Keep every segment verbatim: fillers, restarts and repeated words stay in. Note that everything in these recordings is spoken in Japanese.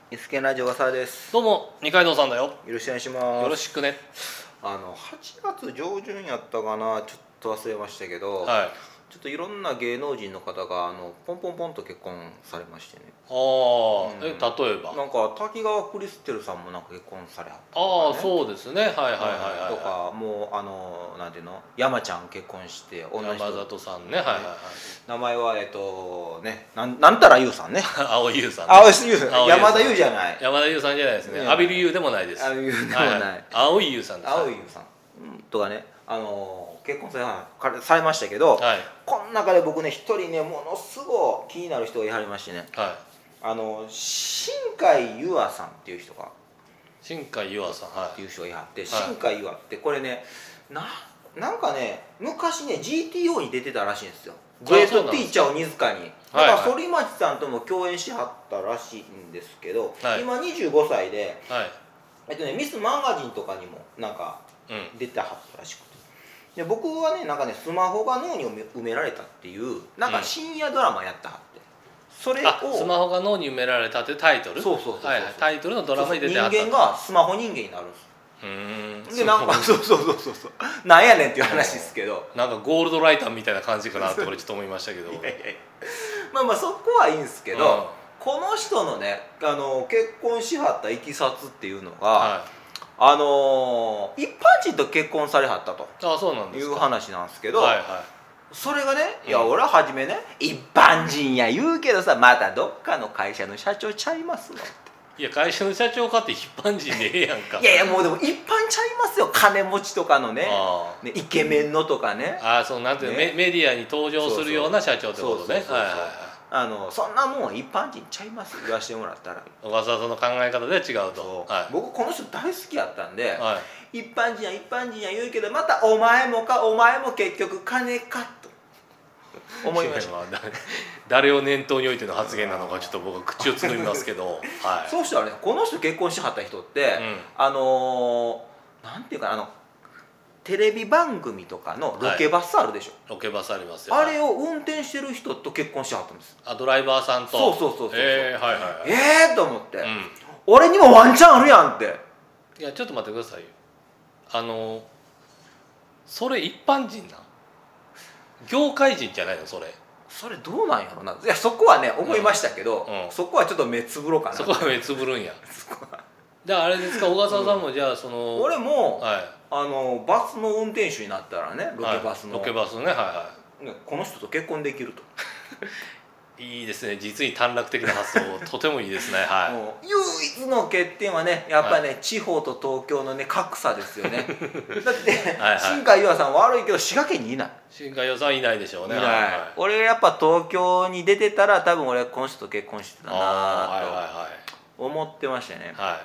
エスケンラジオがさです。 どうも二階堂さんだよ。 よろしくお願いします。 よろしくね。 あのはちがつ上旬やったかな、ちょっと忘れましたけど、 はい。 ちょっといろんな芸能人の方があのポンポンポンと結婚されましてね。 ああ、 うんえ例えば。 なんか滝川クリステルさんもなんか結婚されはったとかああ、 ね。 そうですね。はいはいはいはい。 とかもうあのなんていうの、山ちゃん結婚して同じ人山里さんね。はいはいはい。 名前はえっとねなんなんたら優さんね。 青井優さん、ね。 青井優さん、 青井優さん山田優じゃない。 山田優さんじゃないですね。阿比優でもないです。 阿比優でもない。 はいはい、青井優さんです。 青井優さん、うん、とかね、あのー結婚されされましたけど、 はい、 この中で僕ね一人ねものすごい気になる人がいはりましてね、 はい、 あの新海優愛さんっていう人が新海優愛さん、はい、 っていう人がいはって、 はい、 新海優愛ってこれねななんかね昔ね ジーティーオー に出てたらしいんですよ。グレートティーチャーを鬼塚にだから反町さんとも共演しはったらしいんですけど、はい、今にじゅうごさいで、はい、えっとね、ミスマガジンとかにもなんか出てはったらしくて、で僕はねなんかねスマホが脳に埋められたっていうなんか深夜ドラマやったはって、 それをスマホが脳に埋められたっていうタイトル、 そうそうそうそう、はいはい、 タイトルのドラマに出てはった。 人間がスマホ人間になるんです。 うんでなんかそうそうそうそうそうなんやねんっていう話ですけど、 なんかゴールドライターみたいな感じかなって俺ちょっと思いましたけどいやいやまあまあそこはいいんですけど、うん、この人のねあの結婚しはったいきさつっていうのが、はい、あのー、一般人と結婚されはったとあそうなんですいう話なんですけど、 はいはい、 それがね、いや俺は初めね一般人や言うけどさまたどっかの会社の社長ちゃいますのって。 いや会社の社長かって一般人でええやんかいやいやもうでも一般ちゃいますよ、金持ちとかの ね, ねイケメンのとかね、 あそうなんていうの、ね、メ, メディアに登場するような社長ってことね。 あのそんなもん一般人ちゃいます言わせてもらったら小笠原さんの考え方で違うと、 はい、僕この人大好きやったんで、はい、一般人や一般人や言うけどまたお前もかお前も結局金かと思いました誰を念頭に置いての発言なのかちょっと僕は口をつぐみますけど、はい、 そうしたらねこの人結婚しはった人って、うん、あのー、なんていうかあのテレビ番組とかのロケバスあるでしょ、 はい、ロケバスありますよ。 あれを運転してる人と結婚しはったんです。 あドライバーさんとそうそうそうそうえー、はいはいはい、 えーと思って、うん、俺にもワンチャンあるやんって。 いやちょっと待ってくださいよ、あのそれ一般人なん業界人じゃないのそれそれどうなんやろな。いやそこはね思いましたけど、うんうん、そこはちょっと目つぶろうかな。 そこは目つぶるんやじゃああれですか小笠原さんもじゃあその、 うん、俺も、 はい、 あのバスの運転手になったらねロケバスの、 はい、ロケバスねはいはい、 この人と結婚できるといいですね、実に短絡的な発想とてもいいですね、はい、 唯一の欠点はねやっぱりね、はい、地方と東京のね格差ですよねだってはい、はい、新海優愛さん悪いけど滋賀県にいない。 新海優愛さんはいないでしょうね。 いない、はいはい、俺やっぱ東京に出てたら多分俺この人と結婚してたなと思ってましたね、はい、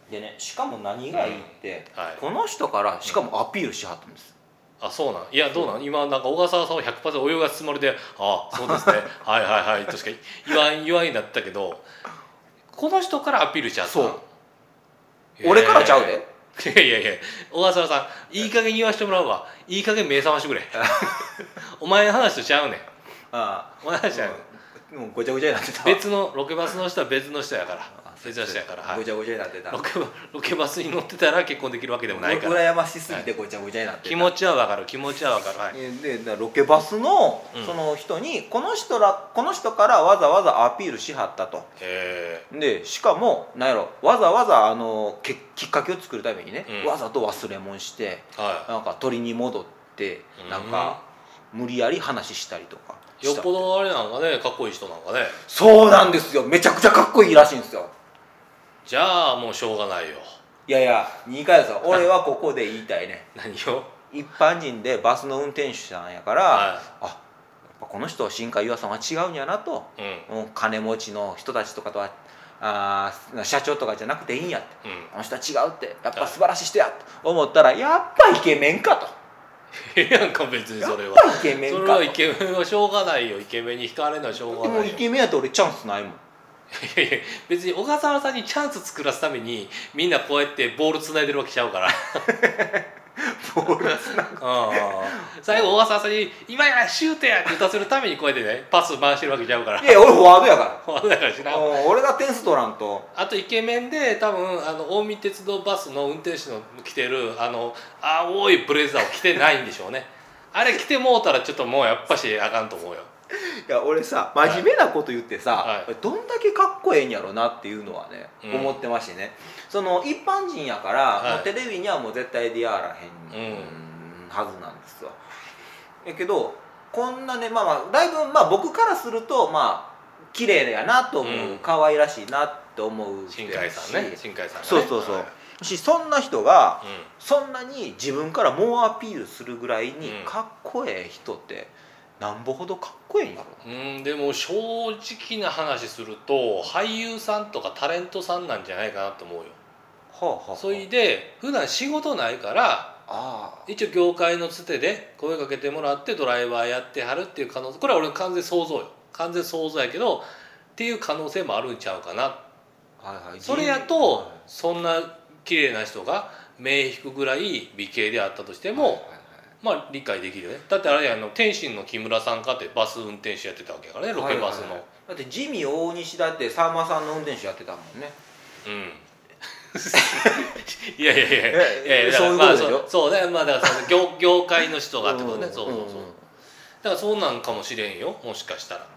でねしかも何がいいって、うんはい、この人からしかもアピールしはったんです、 あそうなんいやどうなん今なんか小笠原さんを ひゃくパーセント 泳がすつもりでああそうですねはいはいはいとしか言わん言わんになったけどこの人からアピールしちゃった。そう俺からちゃうで。 いやいやいや小笠原さんいい加減言わしてもらうわ。いい加減目覚ましてくれお前の話とちゃうねん。ああお前の話ちゃうねん。 もうごちゃごちゃになってた。 別のロケバスの人は別の人やから別の人やから、 はい、ごちゃごちゃになってた。 ロケロケバスに乗ってたら結婚できるわけでもないから羨ましすぎてごちゃごちゃになってた、はい、 気持ちはわかる気持ちはわかる、はい、 でロケバスのその人に、うん、この人らこの人からわざわざアピールしはったと。へでしかもなんやろわざわざあのききっかけを作るためにね、うん、わざと忘れ物して、はい、なんか取りに戻ってなんか、うん、無理やり話したりとかよっぽどあれなんかねかっこいい人なんかね。 そうなんですよめちゃくちゃかっこいいらしいんですよ。 じゃあもうしょうがないよ。 いやいや二階さん俺はここで言いたいね何を一般人でバスの運転手さんやから、はい、あやっぱこの人新海優愛さんは違うんやなと、うん、金持ちの人たちとかとはあ社長とかじゃなくていいんやって、うん、この人は違うってやっぱ素晴らしい人やと思ったらやっぱイケメンかと。 ええやんか別にそれは。 やっぱイケメンかと。 それはイケメンはしょうがないよ。イケメンに惹かれるのはしょうがないよ。 でもイケメンやと俺チャンスないもん。 いやいや別に小笠原さんにチャンス作らすためにみんなこうやってボールつないでるわけちゃうからボールつなぐ最後小笠原さんに「今やシュートや!」って打たせるためにこうやってねパス回してるわけちゃうから。 いや俺フォワードやからフォワードやからしな。 俺が点数取らんと。 あとイケメンで多分あの近江鉄道バスの運転手の着てるあの青いブレザーを着てないんでしょうね。あれ着てもうたらちょっともうやっぱしあかんと思うよ。 いや俺さ真面目なこと言ってさ、 はい、 どんだけかっこええんやろなっていうのはね、うん、思ってましてね。その一般人やから、はい、もうテレビにはもう絶対出会わらへん、うん、はずなんですわ。やけどこんなねまあまあだいぶまあ僕からするとまあ綺麗やなと思う、うん、可愛らしいなって思う新海さんね新海さんねそうそうそう、はい、しそんな人が、 うん、 そんなに自分から猛アピールするぐらいにかっこええ人ってなんぼほどかっこええんやろ。 うんでも正直な話すると俳優さんとかタレントさんなんじゃないかなと思うよ。 はあはあはあ、 それで普段仕事ないからあ一応業界のつてで声かけてもらってドライバーやってはるっていう可能性、これは俺完全想像よ完全想像やけどっていう可能性もあるんちゃうかな。 はいはい、 それやとそんな綺麗な人が目引くぐらい美形であったとしても、はいはいはい、まあ理解できるよね。だってあれやの天津の木村さんかってバス運転手やってたわけやからね、ロケバスの、はいはいはい、 だってジミー大西だってさんまさんの運転手やってたもんね。 うんいやいやいやいやいやそういうことでしょ、まあ、そうね、まあだからその 業, 業界の人がってことね、うん、そうそうそう、だからそうなんかもしれんよ、もしかしたら。ああ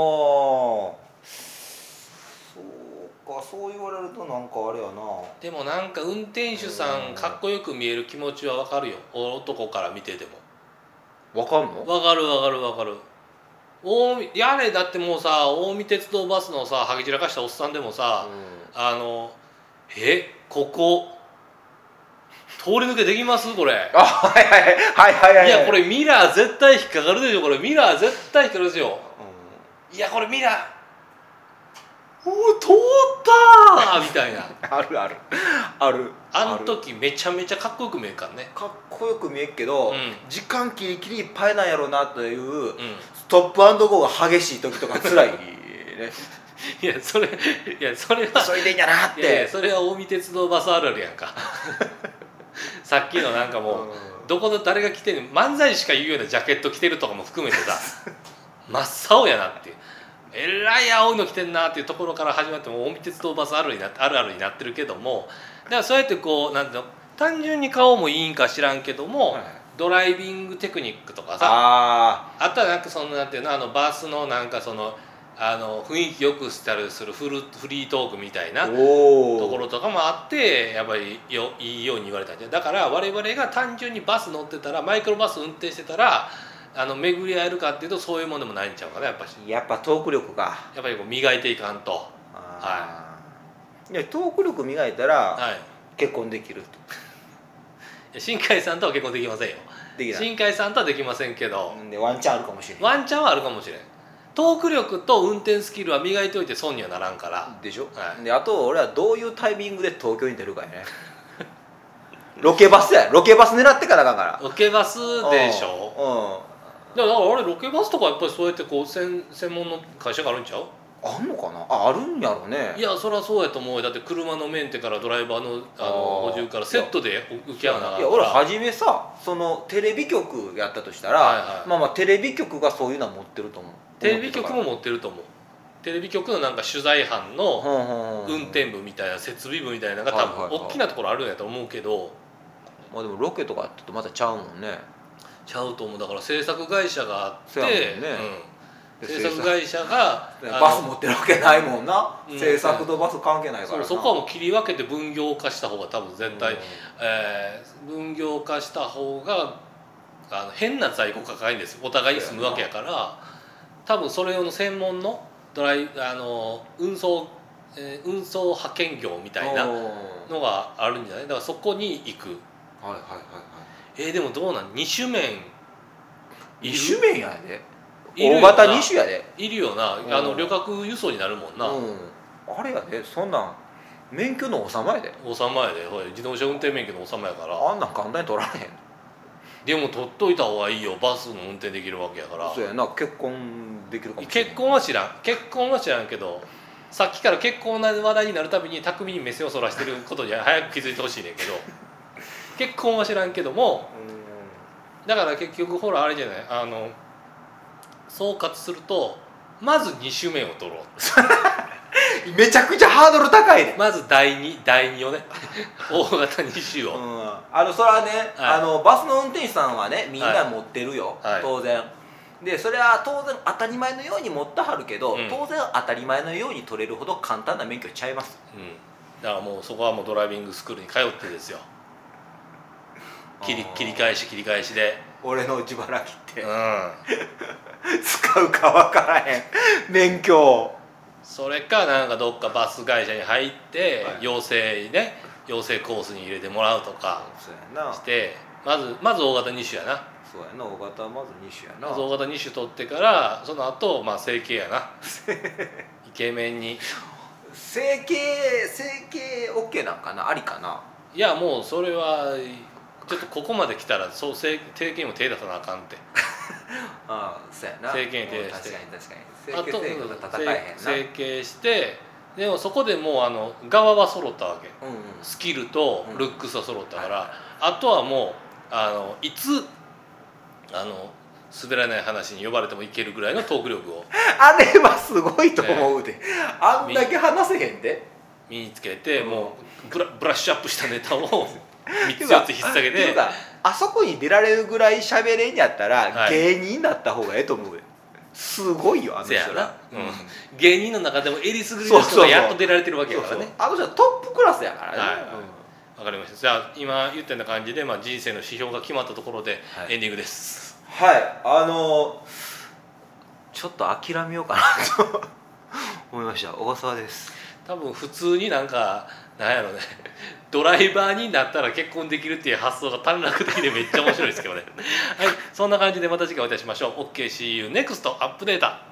そうか、そう言われるとなんかあれやな。 でもなんか運転手さんかっこよく見える気持ちはわかるよ、男から見てても。 わかるの？ わかるわかるわかる。大やれだってもうさ、近江鉄道バスのさはげ散らかしたおっさんでもさ、うん、あのえここ通り抜けできますこれ。 あはいはいはいはいはい、 いやこれミラー絶対引っかかるでしょ、これミラー絶対引っかかるでしょ、うん、いやこれミラーおお通ったーみたいなあるあるあるあの時めちゃめちゃかっこよく見えるからね。 かっこよく見えるけど、うん、時間キリキリいっぱいなんやろなという、うん、ストップアンドゴーが激しい時とか辛いねいやそれいやそれは急いでんやなって。 いやいやそれは近江鉄道バスあるあるやんかさっきのなんかもう、うん、どこの誰が着てる漫才しか言うようなジャケット着てるとかも含めてさ真っ青やなっていう、えらい青いの着てんなっていうところから始まっても近江鉄道バスあるあるになってあるあるになってるけども、だからそうやってこうなんていうの単純に顔もいいんか知らんけども、はい、ドライビングテクニックとかさ あ, あとはなんかそのなんていうのあのバスのなんかそのあの雰囲気よくしたりするフルフリートークみたいなところとかもあってやっぱりよいいように言われたんじゃ。だから我々が単純にバス乗ってたらマイクロバス運転してたらあの巡り合えるかっていうとそういうものでもないんちゃうかな、やっぱし。 やっぱトーク力かやっぱりこう磨いていかんと。 はい、いやトーク力磨いたら、はい、結婚できると。新海さんとは結婚できませんよ。 できない。 新海さんとはできませんけどでワンチャンあるかもしれない。 ワンチャンはあるかもしれん。トーク力と運転スキルは磨いておいて損にはならんからでしょ、 はい、 であと俺はどういうタイミングで東京に出るかやねロケバスやロケバス狙ってからだから。 ロケバスでしょ。うん、だからあれロケバスとかやっぱりそうやってこう 専, 専門の会社があるんちゃう？ あんのかなあ、あるんやろね。 いやそりゃそうやと思うよ。だって車のメンテからドライバーのあの補充からセットで受け合わなかったから。 いや俺初めさそのテレビ局やったとしたら、はいはい、まあまあテレビ局がそういうのは持ってると思う。 テレビ局も持ってると思う。テレビ局のなんか取材班の運転部みたいな設備部みたいなのが多分大きなところあるんやと思うけど、 まあでもロケとかってまたちゃうもんね。 ちゃうと思う。だから制作会社があって、 ねうん、制作会社がバス持ってるわけないもんな、うん、制作とバス関係ないからな。 そうそこはもう切り分けて分業化した方が多分絶対、うんえー、分業化した方があの変な在庫抱えんですよ。お互いに住むわけやから多分それ用の専門のドライあの運送、えー、運送派遣業みたいなのがあるんじゃない。だからそこに行く。 はいはいはいはい。 えー、でもどうなん二種面二種面やで。大型二種やで。 いるよな。あの旅客輸送になるもんな。 うん、あれやでそんなん免許の収まやで。 収まやで。ほい自動車運転免許の収まやから。 あんなん簡単に取られへん。 でも取っといた方がいいよ。バスの運転できるわけやから。 そうやな。結婚できるかもしれない。 結婚は知らん結婚は知らんけどさっきから結婚の話題になるたびに巧みに目線をそらしてることに早く気づいてほしいねんけど結婚は知らんけども、うんだから結局ほらあれじゃない、あの総括するとまずに種目を取ろうめちゃくちゃハードル高いね。 まずだいにだいにをね大型に種を、 うん、あのそれはね、はい、あのバスの運転手さんはねみんな持ってるよ、はい、当然でそれは当然当たり前のように持ってはるけど、うん、当然当たり前のように取れるほど簡単な免許ちゃいます、 うん、だからもうそこはもうドライビングスクールに通ってですよ切り, 切り返し切り返しで俺の自腹切って、 うん、 使うか分からへん免許を。 それかなんかどっかバス会社に入って、はい、養成ね養成コースに入れてもらうとかしてまずまず大型に種やな。 そうやな、大型はまずに種やな。 まず大型に種取ってからその後まあ整形やなイケメンに整形整形 OK なんかな、ありかな。 いやもうそれはちょっとここまで来たらそう整形にも手出さなあかんってああそうやな、 整形に手出して確かに確かに整形成功と戦えへんな。 整形してでもそこでもうあの側は揃ったわけ、うんうん、スキルとルックスは揃ったから、うんはいはい、あとはもうあのいつあの滑らない話に呼ばれてもいけるぐらいのトーク力をあれはすごいと思うで、ね、あんだけ話せへんで身につけて、うん、もうブ ラ, ブラッシュアップしたネタをみっつよっつ引っ提げてあそこに出られるぐらい喋れんやったら、はい、芸人になった方がええと思うよ。すごいよあの人ら、 うん、芸人の中でもえりすぐりの人がやっと出られてるわけやからね。 あの人はトップクラスやからね、はいはい、 うん、分かりました。じゃあ今言ったような感じで、まあ、人生の指標が決まったところでエンディングです。 はい、はい、あのー、ちょっと諦めようかなと思いました。小笠原です。 多分普通になんかなんやろねドライバーになったら結婚できるっていう発想が短絡的でめっちゃ面白いですけどねはい、そんな感じでまた次回お会いいたしましょう。 オーケーシーユーネクスト アップデータ。